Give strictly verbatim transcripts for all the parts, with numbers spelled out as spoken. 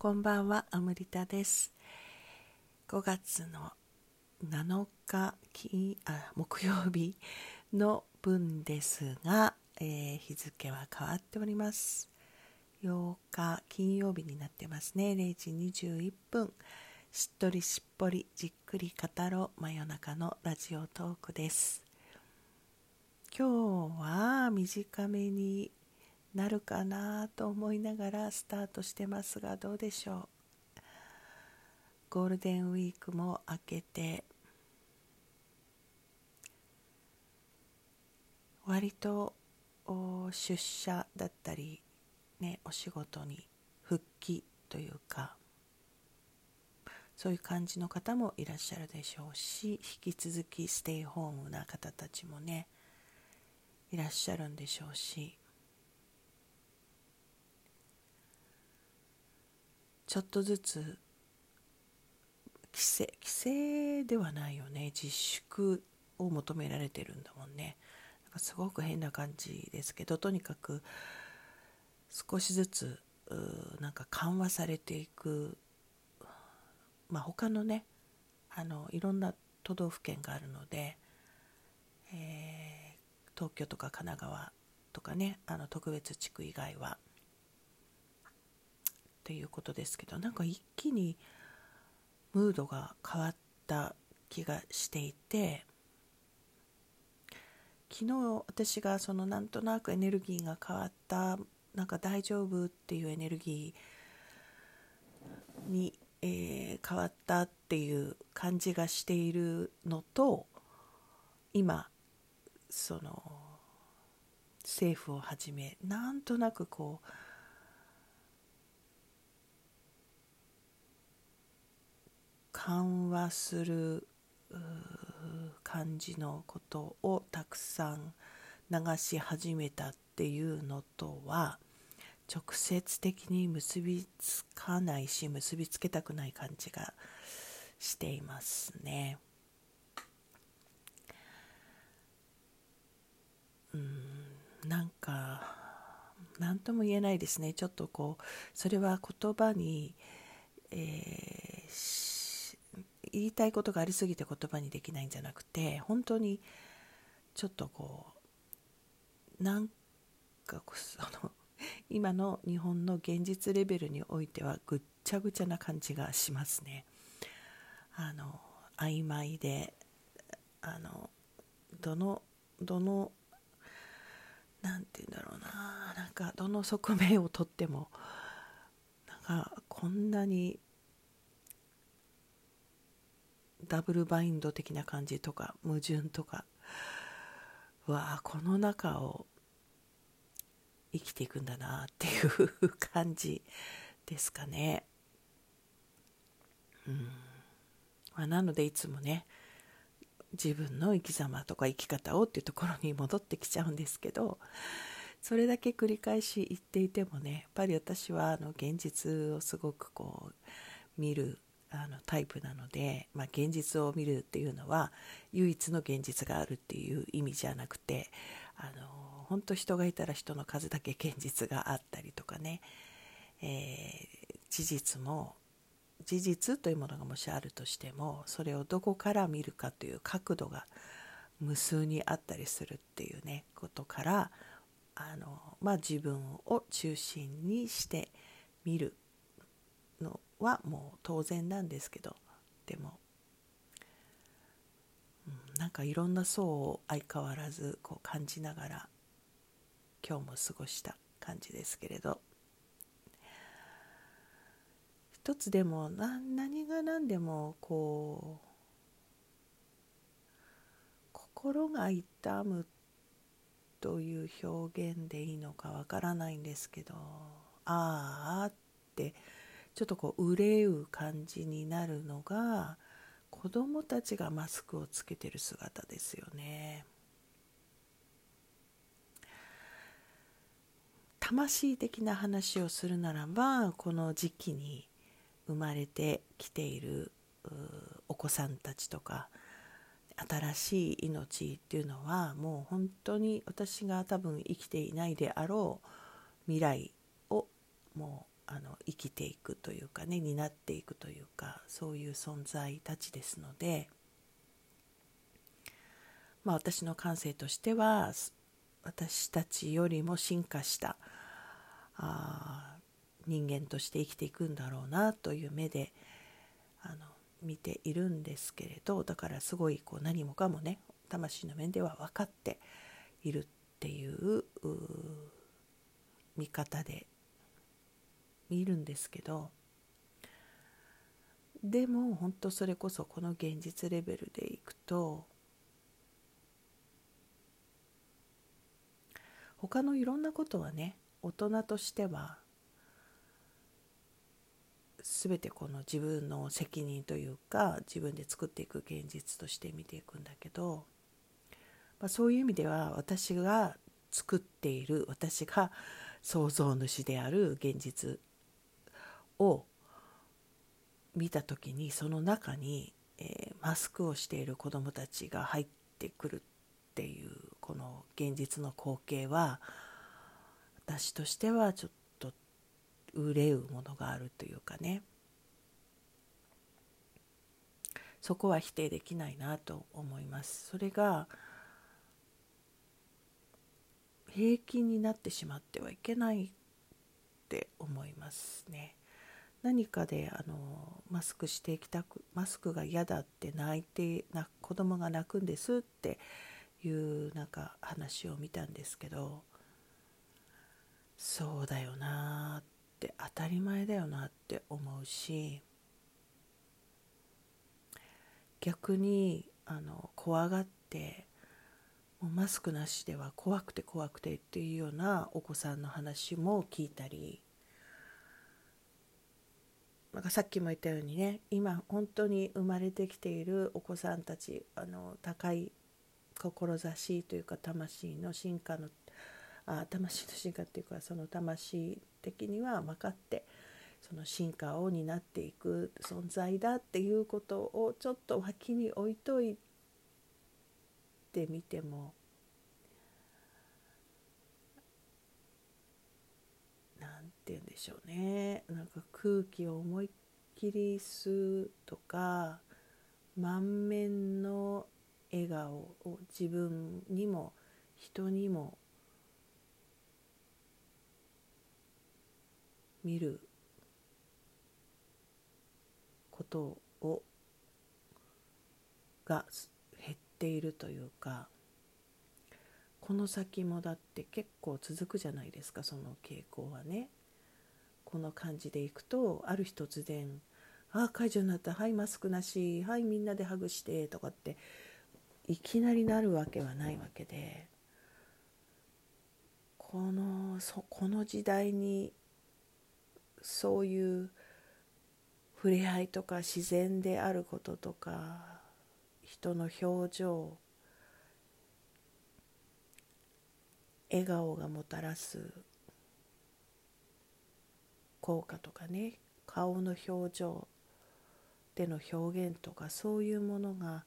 こんばんは、アムリタです。ごがつのなのか金あ木曜日の分ですが、えー日付は変わっております。ようか金曜日になってますね。れいじにじゅういっぷん、しっとりしっぽりじっくり語ろう真夜中のラジオトークです。今日は短めになるかなと思いながらスタートしてますが、どうでしょう。ゴールデンウィークも明けて、割と出社だったり、ね、お仕事に復帰というか、そういう感じの方もいらっしゃるでしょうし、引き続きステイホームな方たちもねいらっしゃるんでしょうし、ちょっとずつ規制規制ではないよね、自粛を求められてるんだもんね。なんかすごく変な感じですけど、とにかく少しずつなんか緩和されていく、まあ、他のねあのいろんな都道府県があるので、えー東京とか神奈川とかね、あの特別地区以外はっていうことですけど、なんか一気にムードが変わった気がしていて、昨日私がそのなんとなくエネルギーが変わった、なんか大丈夫っていうエネルギーに、えー変わったっていう感じがしているのと、今その政府をはじめなんとなくこう緩和する感じのことをたくさん流し始めたっていうのとは直接的に結びつかないし、結びつけたくない感じがしていますね。うーんなんか何とも言えないですね。ちょっとこうそれは言葉に、えー、言いたいことがありすぎて言葉にできないんじゃなくて、本当にちょっとこうなんかその今の日本の現実レベルにおいてはぐっちゃぐちゃな感じがしますね。あの曖昧で、あのどのどのなんて言うんだろうな、なんかどの側面をとってもなんかこんなにダブルバインド的な感じとか矛盾とか、わあこの中を生きていくんだなっていう感じですかね。うん、まあ、なのでいつもね自分の生き様とか生き方をっていうところに戻ってきちゃうんですけど、それだけ繰り返し言っていてもね、やっぱり私はあの現実をすごくこう見るあのタイプなので、まあ、現実を見るっていうのは唯一の現実があるっていう意味じゃなくて、あの本当人がいたら人の数だけ現実があったりとかね、えー事実も事実というものがもしあるとしても、それをどこから見るかという角度が無数にあったりするっていうねことから、あの、まあ、自分を中心にして見るのはもう当然なんですけど、でも、うん、なんかいろんな層を相変わらずこう感じながら今日も過ごした感じですけれど、一つでもな何が何でもこう心が痛むという表現でいいのかわからないんですけど、あーあってちょっとこう憂う感じになるのが子どもたちがマスクをつけてる姿ですよね。魂的な話をするならば、この時期に生まれてきているお子さんたちとか新しい命っていうのは、もう本当に私が多分生きていないであろう未来をもあの生きていくというかね、担っていくというか、そういう存在たちですので、まあ、私の感性としては私たちよりも進化したあ人間として生きていくんだろうなという目であの見ているんですけれど、だからすごいこう何もかもね、魂の面では分かっているっていう見方で見るんですけど、でも本当それこそこの現実レベルでいくと、他のいろんなことはね、大人としては全てこの自分の責任というか、自分で作っていく現実として見ていくんだけど、まあ、そういう意味では私が作っている、私が創造主である現実を見た時に、その中に、えー、マスクをしている子どもたちが入ってくるっていうこの現実の光景は、私としてはちょっと憂うものがあるというかね、そこは否定できないなと思います。それが平均になってしまってはいけないって思いますね。何かであのマスクしていきたく、マスクが嫌だって泣いてな子供が泣くんですっていうなんか話を見たんですけど、そうだよなって当たり前だよなって思うし、逆にあの怖がってもうマスクなしでは怖くて怖くてっていうようなお子さんの話も聞いたり、なんかさっきも言ったようにね、今本当に生まれてきているお子さんたち、あの高い志というか魂の進化のあ魂の進化っていうか、その魂的には分かってその進化を担っていく存在だっていうことをちょっと脇に置いといてみても、なんて言うんでしょうね、なんか空気を思いっきり吸うとか、満面の笑顔を自分にも人にも見ることをが減っているというか、この先もだって結構続くじゃないですか、その傾向はね。この感じでいくと、ある日突然ああ解除になった、はいマスクなし、はいみんなでハグしてとかっていきなりなるわけはないわけで、このそこの時代にそういう触れ合いとか自然であることとか人の表情、笑顔がもたらす効果とかね、顔の表情での表現とか、そういうものが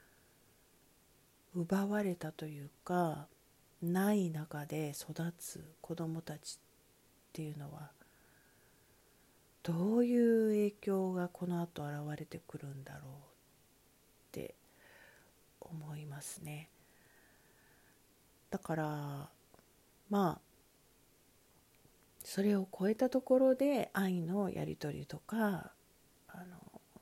奪われたというかない中で育つ子どもたちっていうのは、どういう影響がこの後現れてくるんだろうって思いますね。だからまあそれを超えたところで愛のやり取りとか、あの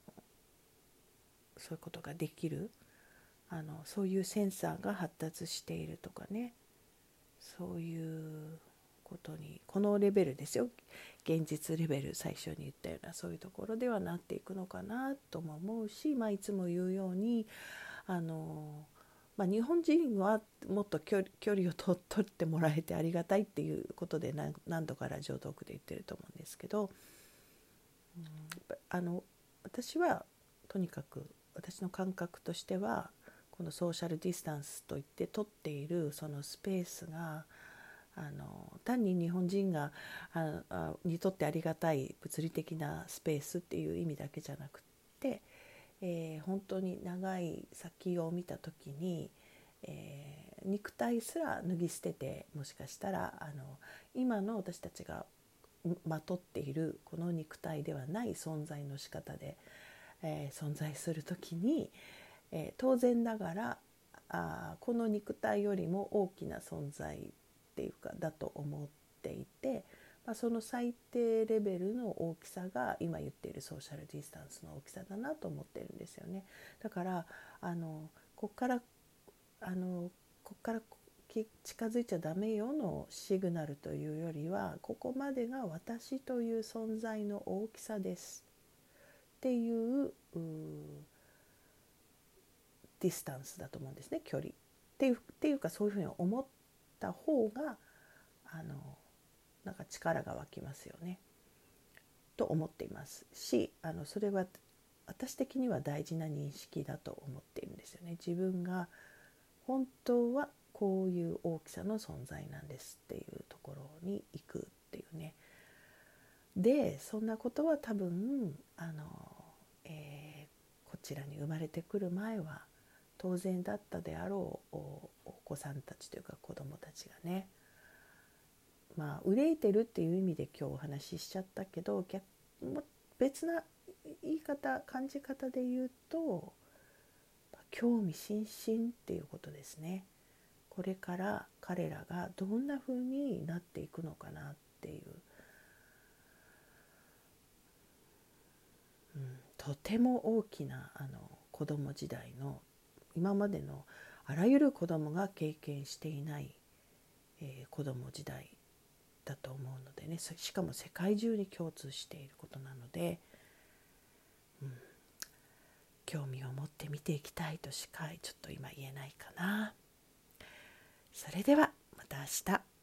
そういうことができる、あのそういうセンサーが発達しているとかね、そういうことにこのレベルですよ、現実レベル、最初に言ったようなそういうところではなっていくのかなとも思うし、まあ、いつも言うようにあの、まあ、日本人はもっと距離、距離をと取ってもらえてありがたいっていうことで何何度かラジオトークで言ってると思うんですけど、うん、あの私はとにかく私の感覚としては、このソーシャルディスタンスといって取っているそのスペースが、あの単に日本人がああにとってありがたい物理的なスペースっていう意味だけじゃなくて、えー、本当に長い先を見た時に、えー、肉体すら脱ぎ捨てて、もしかしたらあの今の私たちがまとっているこの肉体ではない存在の仕方で、えー、存在するときに、えー、当然ながらあこの肉体よりも大きな存在っていうかだと思っていて、まあ、その最低レベルの大きさが今言っているソーシャルディスタンスの大きさだなと思ってるんですよね。だからあのこっからあのこっから近づいちゃダメよのシグナルというよりは、ここまでが私という存在の大きさですっていう、うディスタンスだと思うんですね、距離っていう、っていうかそういうふうに思った方があのなんか力が湧きますよねと思っていますし、あのそれは私的には大事な認識だと思っているんですよね。自分が本当はこういう大きさの存在なんですっていうところに行くっていうね。でそんなことは多分あの、えー、こちらに生まれてくる前は当然だったであろう お, お子さんたちというか子どもたちがね、まあ憂いてるっていう意味で今日お話ししちゃったけど、逆別な言い方感じ方で言うと興味津々っていうことですね。これから彼らがどんな風になっていくのかなっていう、うん、とても大きなあの子供時代の今までのあらゆる子供が経験していない、えー、子供時代だと思うのでね、しかも世界中に共通していることなので、うん、興味を持って見ていきたいとしかちょっと今言えないかな。それではまた明日。